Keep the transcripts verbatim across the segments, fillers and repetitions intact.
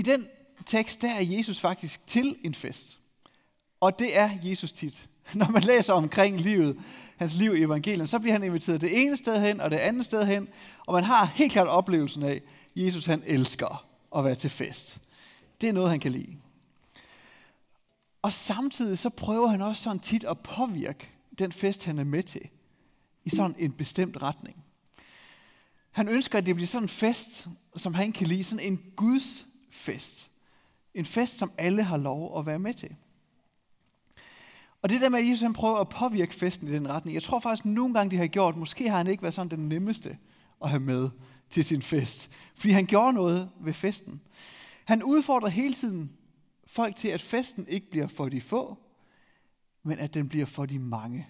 I den tekst, der er Jesus faktisk til en fest. Og det er Jesus tit. Når man læser omkring livet, hans liv i evangeliet, så bliver han inviteret det ene sted hen og det andet sted hen. Og man har helt klart oplevelsen af, at Jesus han elsker at være til fest. Det er noget, han kan lide. Og samtidig så prøver han også sådan tit at påvirke den fest, han er med til, i sådan en bestemt retning. Han ønsker, at det bliver sådan en fest, som han kan lide, sådan en Guds fest. En fest, som alle har lov at være med til. Og det der med, at Jesus han prøver at påvirke festen i den retning, jeg tror faktisk, at nogle gange det har gjort, måske har han ikke været sådan den nemmeste at have med til sin fest. Fordi han gjorde noget ved festen. Han udfordrer hele tiden folk til, at festen ikke bliver for de få, men at den bliver for de mange.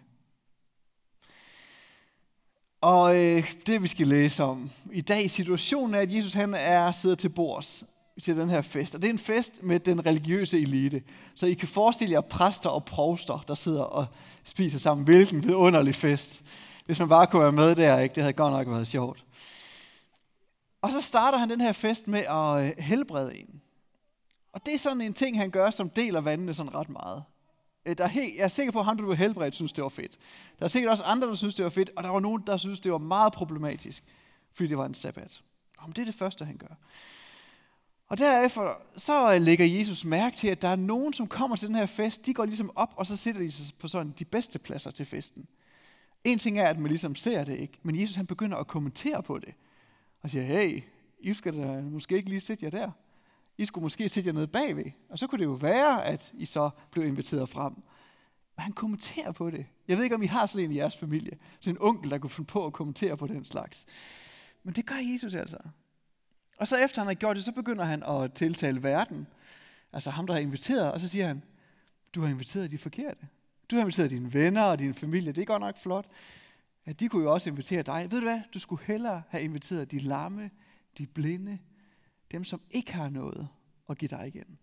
Og øh, det vi skal læse om i dag, situationen er, at Jesus han er sidder til bords til den her fest. Og det er en fest med den religiøse elite. Så I kan forestille jer præster og provster, der sidder og spiser sammen. Hvilken vidunderlig fest. Hvis man bare kunne være med der, ikke? Det havde godt nok været sjovt. Og så starter han den her fest med at helbrede en. Og det er sådan en ting, han gør, som deler vandene sådan ret meget. Der er helt, jeg er sikker på, at ham, der blev helbredt, synes, det var fedt. Der er sikkert også andre, der synes, det var fedt. Og der var nogen, der synes, det var meget problematisk, fordi det var en sabbat. Og det er det første, han gør. Og derefter så lægger Jesus mærke til, at der er nogen, som kommer til den her fest. De går ligesom op, og så sætter de sig på sådan de bedste pladser til festen. En ting er, at man ligesom ser det, ikke? Men Jesus han begynder at kommentere på det. Og siger, hey, I skal da måske ikke lige sætte jer der. I skulle måske sætte jer nede bagved. Og så kunne det jo være, at I så blev inviteret frem. Og han kommenterer på det. Jeg ved ikke, om I har sådan en i jeres familie. Sådan en onkel, der kunne finde på at kommentere på den slags. Men det gør Jesus altså. Og så efter han har gjort det, så begynder han at tiltale verden. Altså ham, der har inviteret. Og så siger han, du har inviteret de forkerte. Du har inviteret dine venner og din familie. Det er godt nok flot. Ja, de kunne jo også invitere dig. Ved du hvad? Du skulle hellere have inviteret de lamme, de blinde, dem som ikke har noget at give dig igen.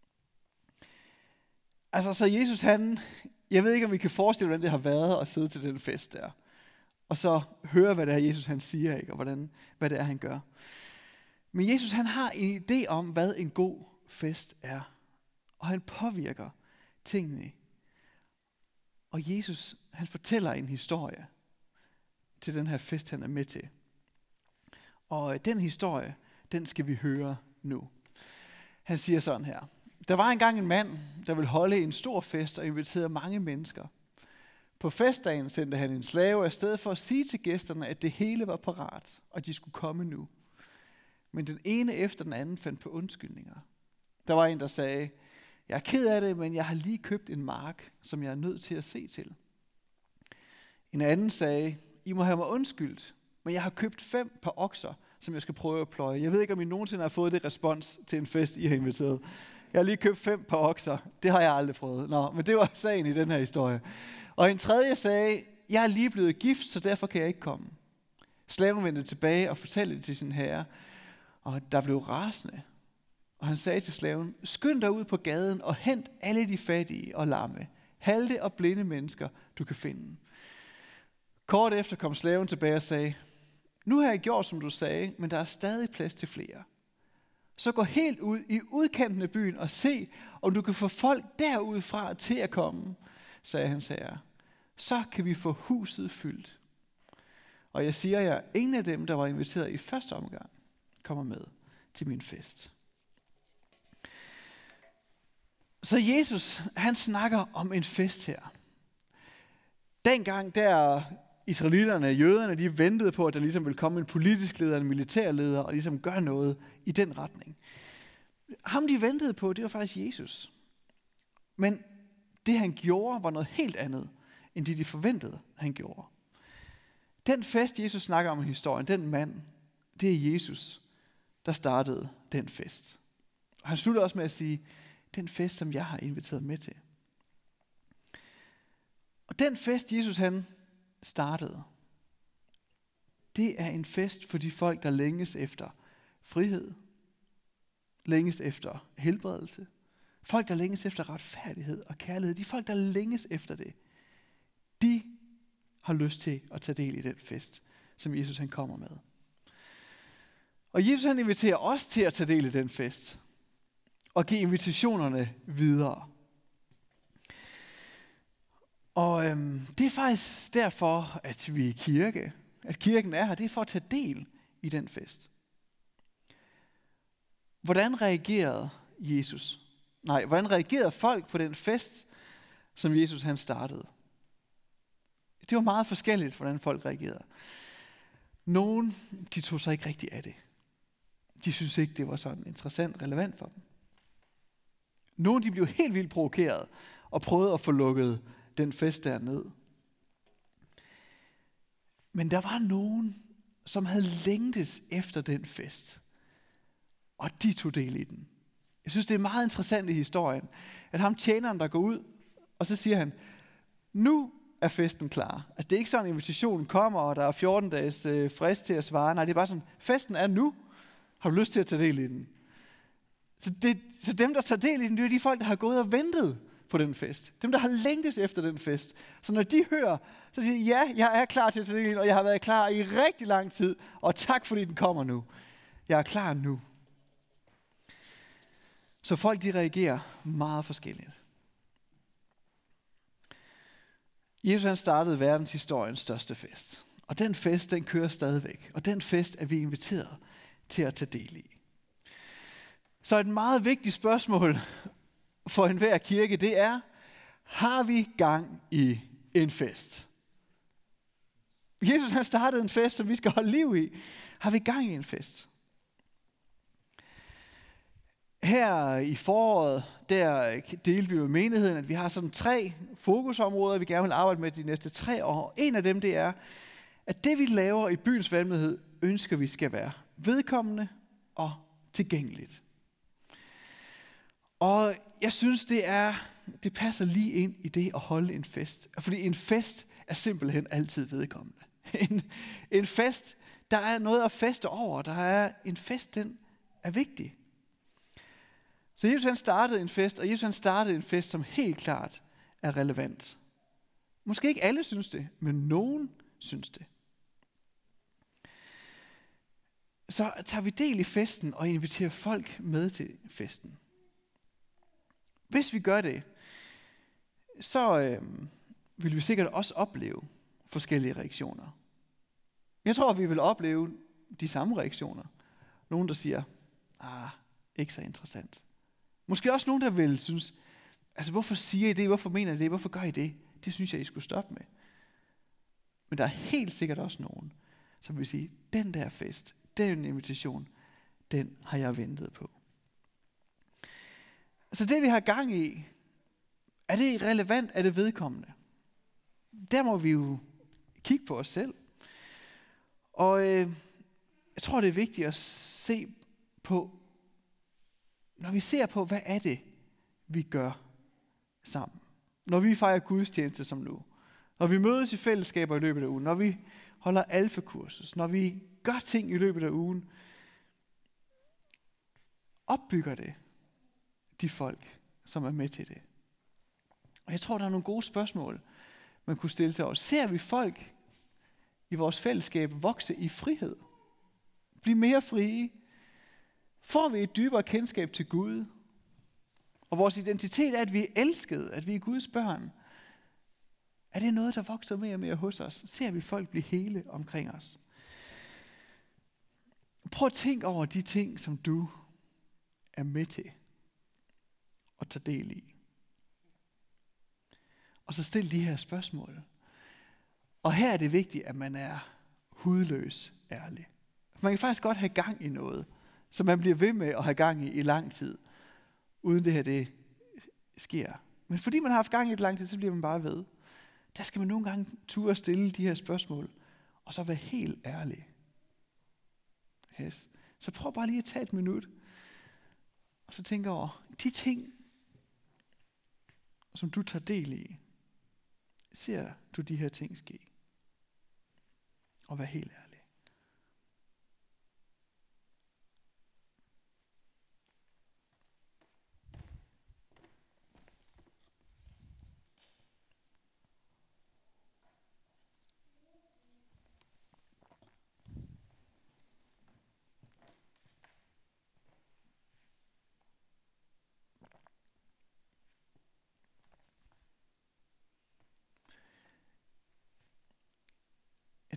Altså så Jesus han, jeg ved ikke om vi kan forestille, hvordan det har været at sidde til den fest der. Og så høre, hvad det er Jesus han siger, ikke? Og hvordan, hvad det er han gør. Men Jesus han har en idé om, hvad en god fest er. Og han påvirker tingene. Og Jesus han fortæller en historie til den her fest, han er med til. Og den historie, den skal vi høre nu. Han siger sådan her. Der var engang en mand, der ville holde en stor fest og inviterede mange mennesker. På festdagen sendte han en slave afsted for at sige til gæsterne, at det hele var parat, og de skulle komme nu. Men den ene efter den anden fandt på undskyldninger. Der var en, der sagde, jeg er ked af det, men jeg har lige købt en mark, som jeg er nødt til at se til. En anden sagde, I må have mig undskyldt, men jeg har købt fem par okser, som jeg skal prøve at pløje. Jeg ved ikke, om I nogensinde har fået det respons til en fest, I har inviteret. Jeg har lige købt fem par okser. Det har jeg aldrig prøvet. Nå, men det var sagen i den her historie. Og en tredje sagde, jeg er lige blevet gift, så derfor kan jeg ikke komme. Slaven vendte tilbage og fortalte det til sin herre, og der blev rasende. Og han sagde til slaven, skynd dig ud på gaden og hent alle de fattige og lamme, halte og blinde mennesker, du kan finde. Kort efter kom slaven tilbage og sagde, nu har jeg gjort, som du sagde, men der er stadig plads til flere. Så gå helt ud i udkanten af byen og se, om du kan få folk derudfra til at komme, sagde hans herre. Så kan vi få huset fyldt. Og jeg siger jer, ingen af dem, der var inviteret i første omgang, kommer med til min fest. Så Jesus, han snakker om en fest her. Dengang der israelitterne, jøderne, de ventede på, at der ligesom ville komme en politisk leder, en militærleder, og ligesom gøre noget i den retning. Ham de ventede på, det var faktisk Jesus. Men det han gjorde, var noget helt andet, end det de forventede, han gjorde. Den fest, Jesus snakker om i historien, den mand, det er Jesus, der startede den fest. Og han slutter også med at sige, den fest, som jeg har inviteret med til. Og den fest, Jesus han startede, det er en fest for de folk, der længes efter frihed, længes efter helbredelse, folk, der længes efter retfærdighed og kærlighed, de folk, der længes efter det, de har lyst til at tage del i den fest, som Jesus han kommer med. Og Jesus han inviterer os til at tage del i den fest. og give invitationerne videre. Og øhm, det er faktisk derfor, at vi er kirke, at kirken er her, det er for at tage del i den fest. Hvordan reagerede Jesus? Nej, hvordan reagerede folk på den fest, som Jesus han startede? Det var meget forskelligt, hvordan folk reagerede. Nogle, de tog sig ikke rigtig af det. De synes ikke, det var sådan interessant, relevant for dem. Nogle, de blev helt vildt provokeret og prøvede at få lukket den fest der ned. Men der var nogen, som havde længtes efter den fest. Og de tog del i den. Jeg synes, det er meget interessant i historien, at ham tjeneren, der går ud, og så siger han, nu er festen klar. At det er ikke sådan, at invitationen kommer, og der er fjorten dages øh, frist til at svare. Nej, det er bare sådan, festen er nu. Har du lyst til at tage del i den? Så, det, så dem, der tager del i den, det er de folk, der har gået og ventet på den fest. Dem, der har længtes efter den fest. Så når de hører, så siger de, ja, jeg er klar til at tage del i den, og jeg har været klar i rigtig lang tid, og tak fordi den kommer nu. Jeg er klar nu. Så folk, de reagerer meget forskelligt. Jesus han startede verdenshistoriens største fest. Og den fest, den kører stadigvæk. Og den fest er vi inviteret til at tage del i. Så et meget vigtigt spørgsmål for enhver kirke, det er, har vi gang i en fest? Jesus han startede en fest, som vi skal holde liv i. Har vi gang i en fest? Her i foråret, der delte vi med menigheden, at vi har sådan tre fokusområder, vi gerne vil arbejde med de næste tre år. En af dem, det er, at det vi laver i byens valgmenighed, ønsker vi skal være vedkommende og tilgængeligt. Og jeg synes, det er, det passer lige ind i det at holde en fest. Fordi en fest er simpelthen altid vedkommende. En, en fest, der er noget at feste over. Der er en fest, den er vigtig. Så Jesus han startede en fest, og Jesus han startede en fest, som helt klart er relevant. Måske ikke alle synes det, men nogen synes det. Så tager vi del i festen og inviterer folk med til festen. Hvis vi gør det, så øh, vil vi sikkert også opleve forskellige reaktioner. Jeg tror, vi vil opleve de samme reaktioner. Nogen, der siger, ah, ikke så interessant. Måske også nogen, der vil synes, altså hvorfor siger I det, hvorfor mener I det, hvorfor gør I det? Det synes jeg, I skulle stoppe med. Men der er helt sikkert også nogen, som vil sige, den der fest, den invitation, den har jeg ventet på. Så det vi har gang i, er det relevant, er det vedkommende? Der må vi jo kigge på os selv. Og øh, jeg tror, det er vigtigt at se på, når vi ser på, hvad er det, vi gør sammen. Når vi fejrer gudstjeneste som nu. Når vi mødes i fællesskaber i løbet af ugen. Når vi holder alfakursus. Når vi gør ting i løbet af ugen. Opbygger det de folk, som er med til det. Og jeg tror, der er nogle gode spørgsmål, man kunne stille sig over. Ser vi folk i vores fællesskab vokse i frihed? Blive mere frie? Får vi et dybere kendskab til Gud? Og vores identitet er, at vi er elskede, at vi er Guds børn. Er det noget, der vokser mere og mere hos os? Ser vi folk blive hele omkring os? Prøv at tænke over de ting, som du er med til at tage del i. Og så stil de her spørgsmål. Og her er det vigtigt, at man er hudløs ærlig. Man kan faktisk godt have gang i noget, som man bliver ved med at have gang i i lang tid, uden det her det sker. Men fordi man har haft gang i et lang tid, så bliver man bare ved. Der skal man nogle gange ture at stille de her spørgsmål, og så være helt ærlig. Yes. Så prøv bare lige at tage et minut, og så tænk over, de ting, som du tager del i, ser du de her ting ske? Og vær helt ærlig.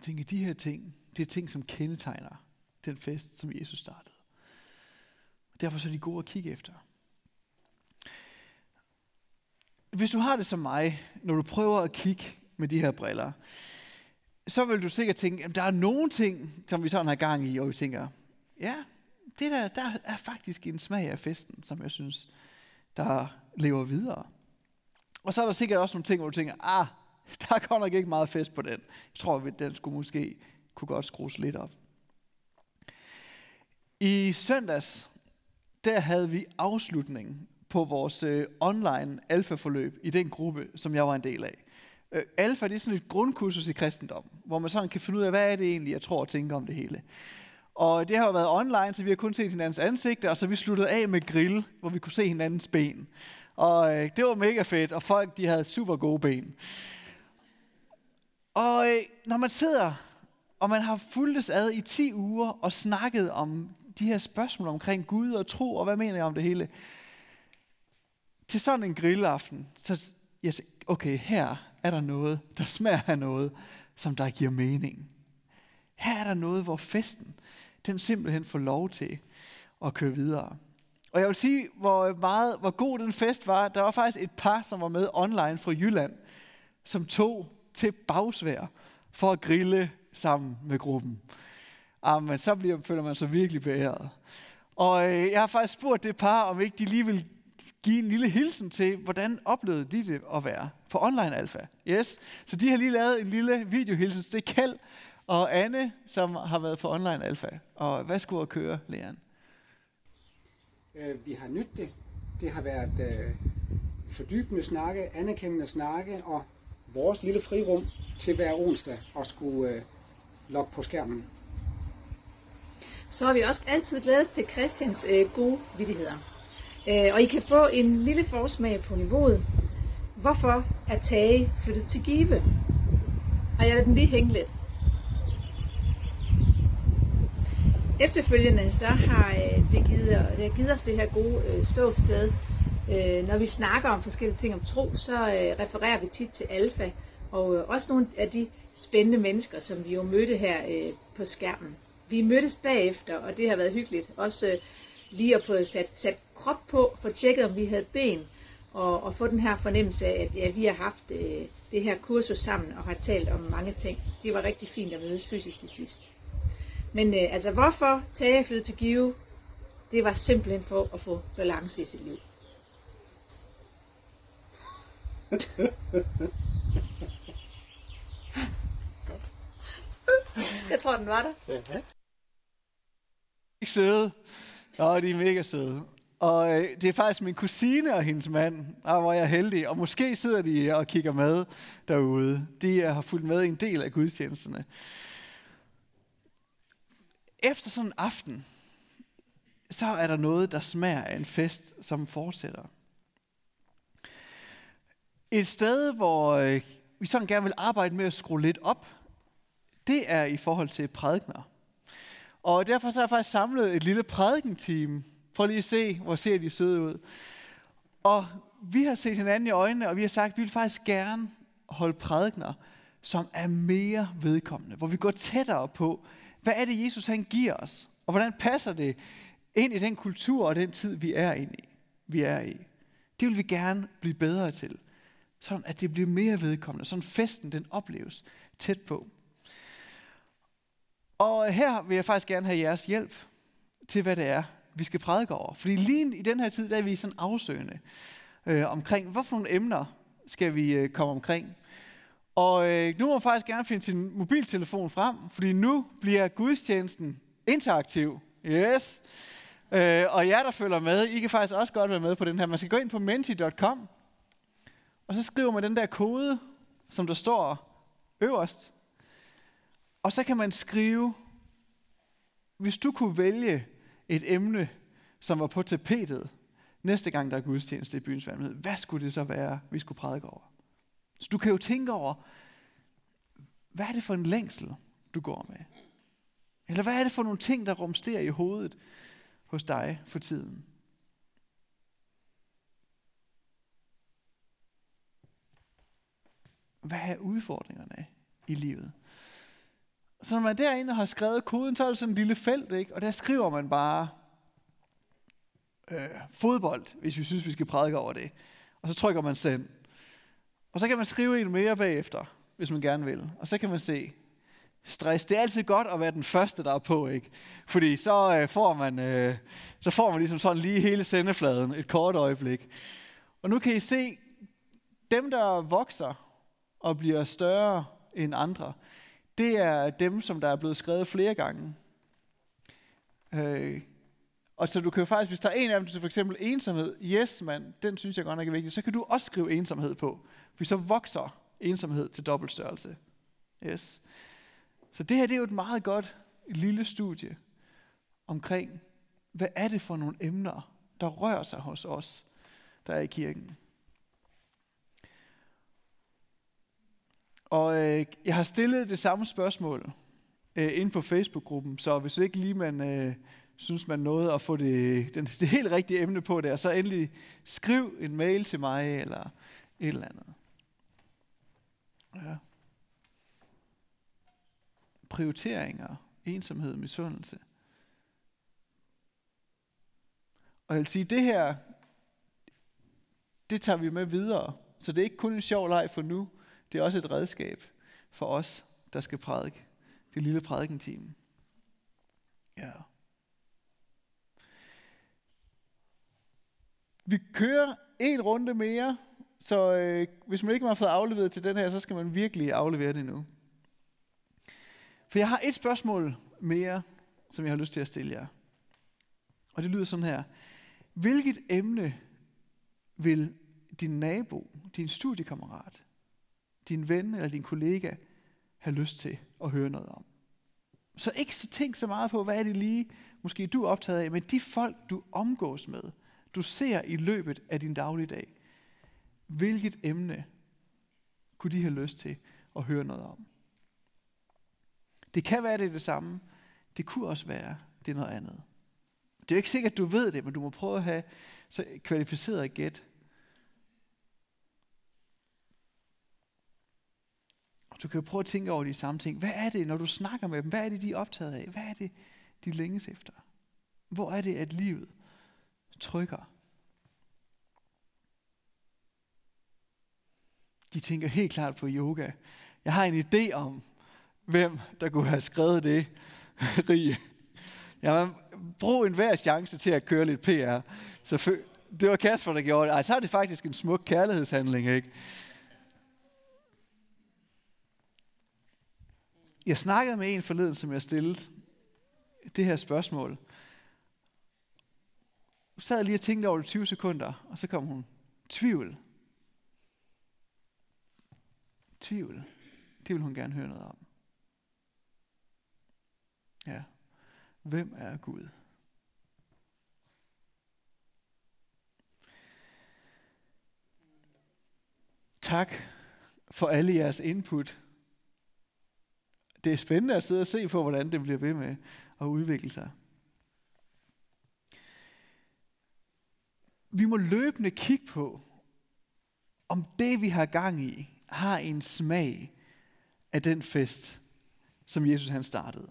tænker, de her ting, det er ting, som kendetegner den fest, som Jesus startede. Derfor så er de gode at kigge efter. Hvis du har det som mig, når du prøver at kigge med de her briller, så vil du sikkert tænke, at der er nogle ting, som vi sådan har gang i, og vi tænker, ja, det der, der er faktisk en smag af festen, som jeg synes, der lever videre. Og så er der sikkert også nogle ting, hvor du tænker, ah, der er godt nok ikke meget fest på den. Jeg tror, at den skulle måske kunne godt skrues lidt op. I søndags, der havde vi afslutning på vores øh, online alfa-forløb i den gruppe, som jeg var en del af. Øh, alfa, det er sådan et grundkursus i kristendom, hvor man sådan kan finde ud af, hvad er det egentlig, jeg tror og tænker om det hele. Og det har jo været online, så vi har kun set hinandens ansigter, og så vi sluttede af med grill, hvor vi kunne se hinandens ben. Og øh, det var mega fedt, og folk de havde super gode ben. Og øh, når man sidder, og man har fulgtes ad i ti uger og snakket om de her spørgsmål omkring Gud og tro, og hvad mener jeg om det hele, til sådan en grillaften, så yes, okay, her er der noget, der smager af noget, som der giver mening. Her er der noget, hvor festen, den simpelthen får lov til at køre videre. Og jeg vil sige, hvor meget, hvor god den fest var. Der var faktisk et par, som var med online fra Jylland, som tog til Bagsværd for at grille sammen med gruppen. Ah, men så bliver, føler man sig virkelig beæret. Og øh, jeg har faktisk spurgt det par, om ikke de lige vil give en lille hilsen til, hvordan oplevede de det at være for online alfa. Yes. Så de har lige lavet en lille videohilsen. Det er Kjeld og Anne, som har været for online alfa. Og hvad skulle at køre, Leon? Vi har nydt det. Det har været øh, fordybende snakke, anerkendende snakke og vores lille frirum til hver onsdag at skulle øh, logge på skærmen. Så har vi også altid glædet til Christians øh, gode vittigheder. Øh, og I kan få en lille forsmag på niveauet. Hvorfor er Tage flyttet til Give? Og jeg lader den lige hænge lidt. Efterfølgende så har øh, det, givet, det har givet os det her gode øh, ståsted. Øh, når vi snakker om forskellige ting om tro, så øh, refererer vi tit til Alfa, og øh, også nogle af de spændende mennesker, som vi jo mødte her øh, på skærmen. Vi mødtes bagefter, og det har været hyggeligt. Også øh, lige at få sat, sat krop på, få tjekket, om vi havde ben, og, og få den her fornemmelse af, at ja, vi har haft øh, det her kursus sammen, og har talt om mange ting. Det var rigtig fint at mødes fysisk til sidst. Men øh, altså, hvorfor Tage flyttede til Give? Det var simpelthen for at få balance i sit liv. Jeg tror, den var der. Ja. Ikke søde. Nå, de er mega søde. Og øh, det er faktisk min kusine og hendes mand, og hvor jeg er heldig. Og måske sidder de og kigger med derude. De har fulgt med i en del af gudstjenesterne. Efter sådan en aften, så er der noget, der smager af en fest, som fortsætter. Et sted, hvor øh, vi sådan gerne vil arbejde med at skrue lidt op, det er i forhold til prædikener. Og derfor så har jeg faktisk samlet et lille prædikenteam. Prøv lige at se, hvor ser de søde ud. Og vi har set hinanden i øjnene, og vi har sagt, at vi vil faktisk gerne holde prædikener, som er mere vedkommende. Hvor vi går tættere på, hvad er det, Jesus han giver os? Og hvordan passer det ind i den kultur og den tid, vi er inde i, vi er i? Det vil vi gerne blive bedre til. Sådan at det bliver mere vedkommende. Sådan festen, den opleves tæt på. Og her vil jeg faktisk gerne have jeres hjælp til, hvad det er, vi skal prædike over. Fordi lige i den her tid, der er vi sådan afsøgende øh, omkring, hvorfor nogle emner skal vi øh, komme omkring. Og øh, nu må man faktisk gerne finde sin mobiltelefon frem, fordi nu bliver gudstjenesten interaktiv. Yes. Øh, og jer, der følger med, I kan faktisk også godt være med på den her. Man skal gå ind på menti punktum com, og så skriver man den der kode, som der står øverst. Og så kan man skrive, hvis du kunne vælge et emne, som var på tapetet, næste gang der er gudstjeneste i byens valgmenighed, hvad skulle det så være, vi skulle prædike over? Så du kan jo tænke over, hvad er det for en længsel, du går med? Eller hvad er det for nogle ting, der rumsterer i hovedet hos dig for tiden? Hvad er udfordringerne i livet? Så når man derinde har skrevet koden, så er det sådan en lille felt, ikke? Og der skriver man bare øh, fodbold, hvis vi synes, vi skal prædike over det. Og så trykker man send. Og så kan man skrive en mere bagefter, hvis man gerne vil. Og så kan man se stress. Det er altid godt at være den første, der er på, ikke? Fordi så øh, får man øh, så får man ligesom sådan lige hele sendefladen et kort øjeblik. Og nu kan I se, dem der vokser og bliver større end andre, det er dem, som der er blevet skrevet flere gange. Øh, og så du kan jo faktisk, hvis der er en af dem, så for eksempel ensomhed, yes mand, den synes jeg godt nok er vigtig, så kan du også skrive ensomhed på. For så vokser ensomhed til dobbeltstørrelse. Yes. Så det her, det er jo et meget godt lille studie omkring, hvad er det for nogle emner, der rører sig hos os, der er i kirken. Og øh, jeg har stillet det samme spørgsmål øh, inde på Facebook-gruppen, så hvis ikke lige man øh, synes, man nåede at få det, den, det helt rigtige emne på der, så endelig skriv en mail til mig eller et eller andet. Ja. Prioriteringer, ensomhed, misundelse. Og jeg vil sige, det her, det tager vi med videre. Så det er ikke kun en sjov leg for nu, det er også et redskab for os, der skal prædike. Det lille prædikenteam. Ja. Vi kører en runde mere, så øh, hvis man ikke har fået afleveret til den her, så skal man virkelig aflevere det nu. For jeg har et spørgsmål mere, som jeg har lyst til at stille jer. Og det lyder sådan her. Hvilket emne vil din nabo, din studiekammerat, din ven eller din kollega have lyst til at høre noget om? Så ikke så tænk så meget på, hvad er det lige, måske du er optaget af, men de folk, du omgås med, du ser i løbet af din dagligdag. Hvilket emne kunne de have lyst til at høre noget om? Det kan være, det er det samme. Det kunne også være, det er noget andet. Det er jo ikke sikkert, at du ved det, men du må prøve at have så kvalificeret gæt. Og du kan jo prøve at tænke over de samme ting. Hvad er det, når du snakker med dem? Hvad er det, de er optaget af? Hvad er det, de længes efter? Hvor er det, at livet trykker? De tænker helt klart på yoga. Jeg har en idé om, hvem der kunne have skrevet det. Rie. Ja, brug enhver chance til at køre lidt P R. Så det var Kasper, der gjorde det. Ej, så er det faktisk en smuk kærlighedshandling, ikke? Jeg snakkede med en forleden, som jeg stillede det her spørgsmål. Hun sad lige og tænkte over det tyve sekunder, og så kom hun. Tvivl. Tvivl. Det vil hun gerne høre noget om. Ja. Hvem er Gud? Tak for alle jeres input. Det er spændende at sidde og se på, hvordan det bliver ved med at udvikle sig. Vi må løbende kigge på, om det vi har gang i, har en smag af den fest, som Jesus han startede.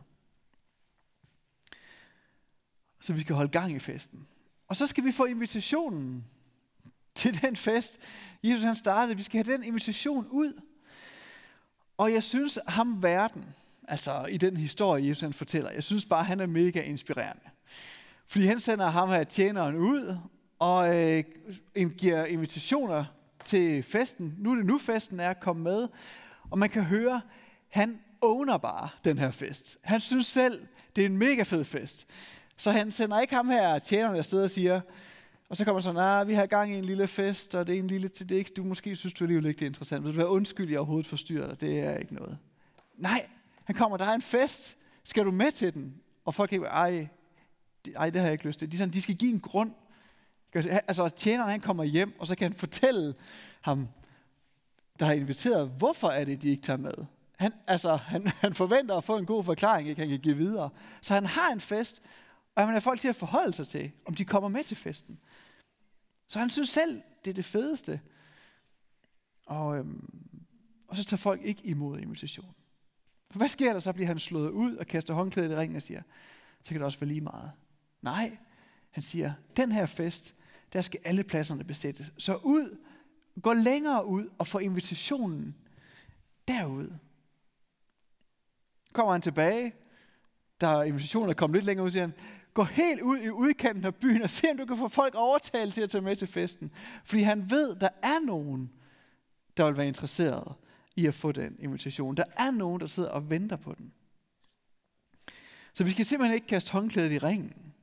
Så vi skal holde gang i festen. Og så skal vi få invitationen til den fest, Jesus han startede. Vi skal have den invitation ud. Og jeg synes, ham verden, altså i den historie, Jesus han fortæller, jeg synes bare, han er mega inspirerende. Fordi han sender ham her tjeneren ud, og øh, giver invitationer til festen. Nu er det nu festen er kommet med, og man kan høre, han owner bare den her fest. Han synes selv, det er en mega fed fest. Så han sender ikke ham her tjeneren afsted og siger, og så kommer sådan, nah, vi har gang i en lille fest, og det er en lille til det. Du måske synes, du alligevel ikke det er interessant. Vil du være undskyld, jeg overhovedet forstyrrer dig? Det er ikke noget. Nej, han kommer, der er en fest. Skal du med til den? Og folk ikke, ej, ej, det har jeg ikke lyst til. De, sådan, de skal give en grund. Altså tjeneren han kommer hjem, og så kan han fortælle ham, der har inviteret, hvorfor er det, de ikke tager med. Han, altså, han, han forventer at få en god forklaring, ikke han kan give videre. Så han har en fest, og han har folk til at forholde sig til, om de kommer med til festen. Så han synes selv, det er det fedeste. Og, øhm, og så tager folk ikke imod invitationen. For hvad sker der så? Bliver han slået ud og kaster håndklædet i ringen og siger, så kan det også være lige meget. Nej, han siger, den her fest, der skal alle pladserne besættes. Så ud, gå længere ud og få invitationen derud. Kommer han tilbage, der invitationen er kommet lidt længere ud, siger han, gå helt ud i udkanten af byen og se, om du kan få folk overtalt til at tage med til festen. Fordi han ved, der er nogen, der vil være interesseret i at få den invitation. Der er nogen, der sidder og venter på den. Så vi skal simpelthen ikke kaste håndklædet i ringen,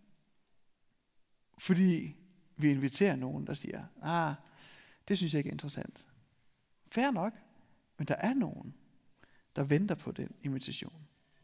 fordi vi inviterer nogen, der siger, ah, det synes jeg ikke er interessant. Fair nok, men der er nogen, der venter på den invitation.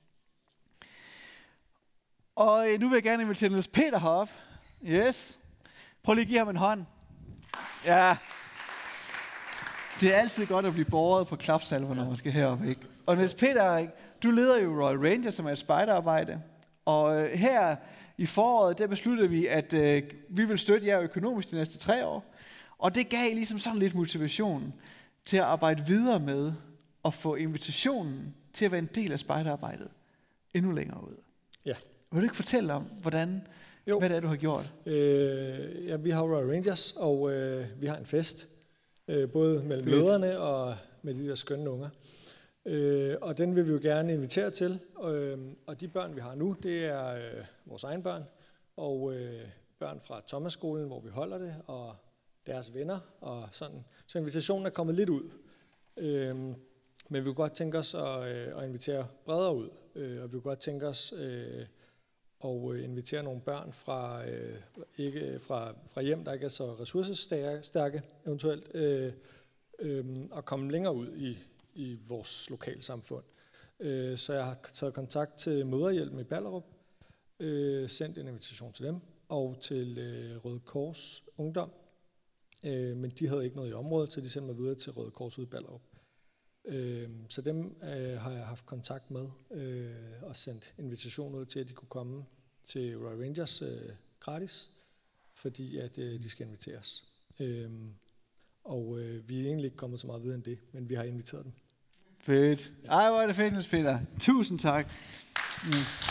Og nu vil jeg gerne invitere Niels Peter herop. Yes. Prøv lige at give ham en hånd. Ja. Det er altid godt at blive båret på klapsalver, når man skal heroppe, ikke? Og Niels Peter, du leder jo Royal Rangers, som er et spejderarbejde. Og her i foråret, der besluttede vi, at øh, vi vil støtte jer økonomisk de næste tre år. Og det gav ligesom sådan lidt motivation til at arbejde videre med at få invitationen til at være en del af spejderarbejdet endnu længere ud. Ja. Vil du ikke fortælle om, hvordan, jo. hvad det er, du har gjort? Øh, ja, vi har Royal Rangers, og øh, vi har en fest. Øh, både mellem Fedt. lederne og med de der skønne unger. Øh, og den vil vi jo gerne invitere til. Øh, og de børn, vi har nu, det er øh, vores egen børn. Og øh, børn fra Thomasskolen, hvor vi holder det, og deres venner. Og sådan. Så invitationen er kommet lidt ud. Øh, men vi kunne godt tænke os at, øh, at invitere bredere ud. Øh, og vi kunne godt tænke os... Øh, og invitere nogle børn fra, øh, ikke, fra, fra hjem, der ikke er så ressourcestærke eventuelt, øh, øh, og komme længere ud i, i vores lokalsamfund. Øh, så jeg har taget kontakt til Mødrehjælpen i Ballerup, øh, sendt en invitation til dem, og til øh, Røde Kors Ungdom, øh, men de havde ikke noget i området, så de sendte mig videre til Røde Kors ude i Ballerup. Øh, så dem øh, har jeg haft kontakt med øh, og sendt invitation ud til, at de kunne komme til Royal Rangers øh, gratis, fordi at øh, de skal inviteres. Øh, og øh, vi er egentlig ikke kommet så meget videre end det, men vi har inviteret dem. Fedt. Ej, hvor er det fedt, Niels Peter. Tusind tak. Mm.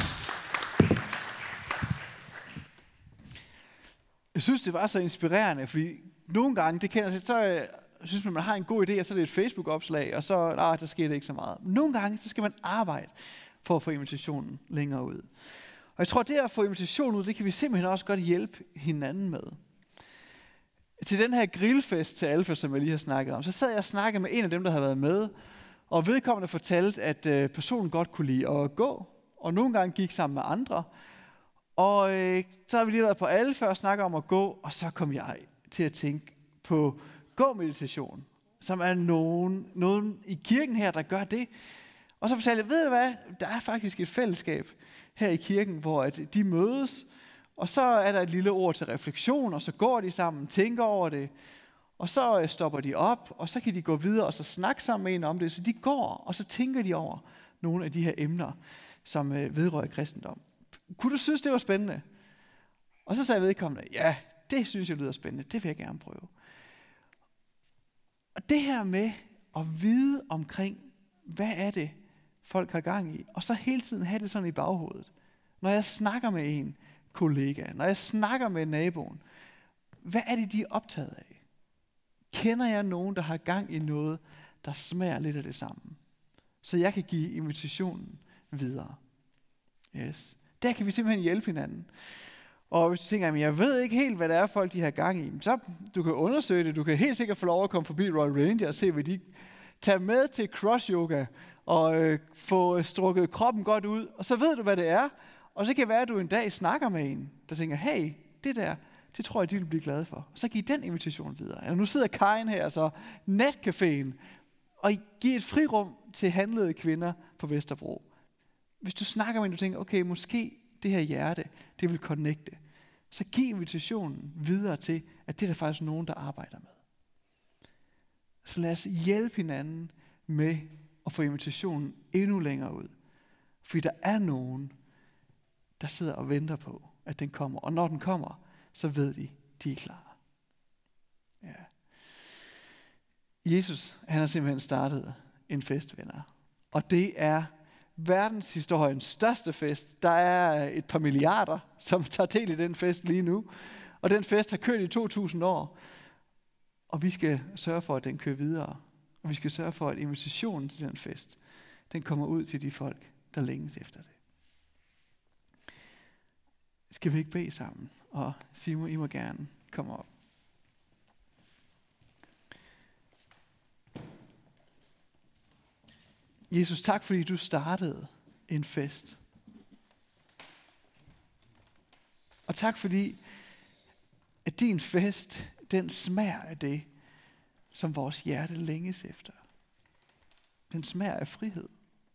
Jeg synes, det var så inspirerende, fordi nogle gange, det kender sig, så synes man, man har en god idé, og så er det et Facebook-opslag, og så nej, der sker det ikke så meget. Nogle gange, så skal man arbejde for at få invitationen længere ud. Og jeg tror, det at få invitationen ud, det kan vi simpelthen også godt hjælpe hinanden med. Til den her grillfest til Alfa, som jeg lige har snakket om, så sad jeg og snakkede med en af dem, der havde været med, og vedkommende fortalte, at personen godt kunne lide at gå, og nogle gange gik sammen med andre. Og øh, så har vi lige været på Alfa og snakket om at gå, og så kom jeg til at tænke på gå-meditation, som er nogen, nogen i kirken her, der gør det. Og så fortalte jeg, ved du hvad, der er faktisk et fællesskab her i kirken, hvor at de mødes, og så er der et lille ord til refleksion, og så går de sammen, tænker over det, og så stopper de op, og så kan de gå videre og så snakke sammen med en om det. Så de går, og så tænker de over nogle af de her emner, som vedrører kristendom. Kunne du synes, det var spændende? Og så sagde vedkommende, ja, det synes jeg lyder spændende, det vil jeg gerne prøve. Og det her med at vide omkring, hvad er det, folk har gang i, og så hele tiden have det sådan i baghovedet. Når jeg snakker med en kollega, når jeg snakker med naboen, hvad er det, de er optaget af? Kender jeg nogen, der har gang i noget, der smager lidt af det samme? Så jeg kan give invitationen videre. Yes. Der kan vi simpelthen hjælpe hinanden. Og hvis du tænker, at jeg ved ikke helt, hvad det er, folk de har gang i, så du kan undersøge det. Du kan helt sikkert få lov at komme forbi Royal Rangers og se, hvad de tager med til cross yoga og øh, få strukket kroppen godt ud. Og så ved du, hvad det er. Og så kan det være, at du en dag snakker med en, der tænker, hey, det der, det tror jeg, de vil blive glade for. Og så giv den invitation videre. Ja, nu sidder Karin her, så natcaféen, og giv et frirum til handlede kvinder på Vesterbro. Hvis du snakker med en, du tænker, okay, måske det her hjerte, det vil connecte, så giv invitationen videre til, at det er der faktisk nogen, der arbejder med. Så lad os hjælpe hinanden med at få invitationen endnu længere ud. Fordi der er nogen, der sidder og venter på, at den kommer. Og når den kommer, så ved de, de er klar. Ja. Jesus, han har simpelthen startet en fest, venner. Og det er verdenshistoriens største fest. Der er et par milliarder, som tager del i den fest lige nu. Og den fest har kørt i to tusind år. Og vi skal sørge for, at den kører videre. Og vi skal sørge for, at invitationen til den fest, den kommer ud til de folk, der længes efter det. Skal vi ikke bede sammen? Og Simon, I må gerne komme op. Jesus, tak fordi du startede en fest. Og tak fordi, at din fest, den smager af det, som vores hjerte længes efter. Den smager af frihed.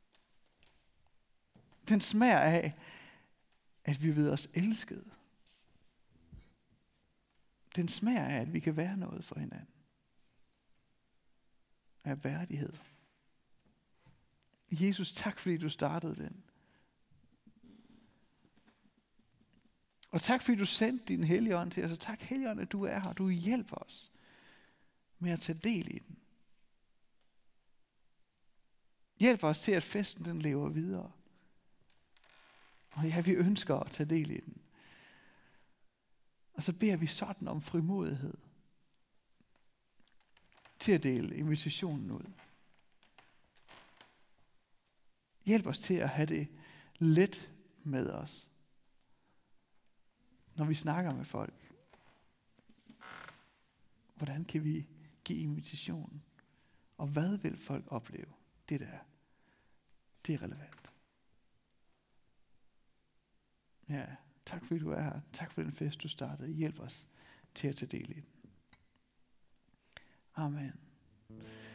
Den smager af, at vi ved os elskede. Den smager af, at vi kan være noget for hinanden. Af værdighed. Jesus, tak fordi du startede den. Og tak fordi du sendte din Helligånd til os. Og tak Helligånd, at du er her. Du hjælper os med at tage del i den. Hjælp os til, at festen den lever videre. Og ja, vi ønsker at tage del i den. Og så beder vi sådan om frimodighed til at dele invitationen ud. Hjælp os til at have det let med os, når vi snakker med folk. Hvordan kan vi give invitationen? Og hvad vil folk opleve? Det der, det er relevant. Ja, tak fordi du er her. Tak for den fest, du startede. Hjælp os til at tage del i den. Amen.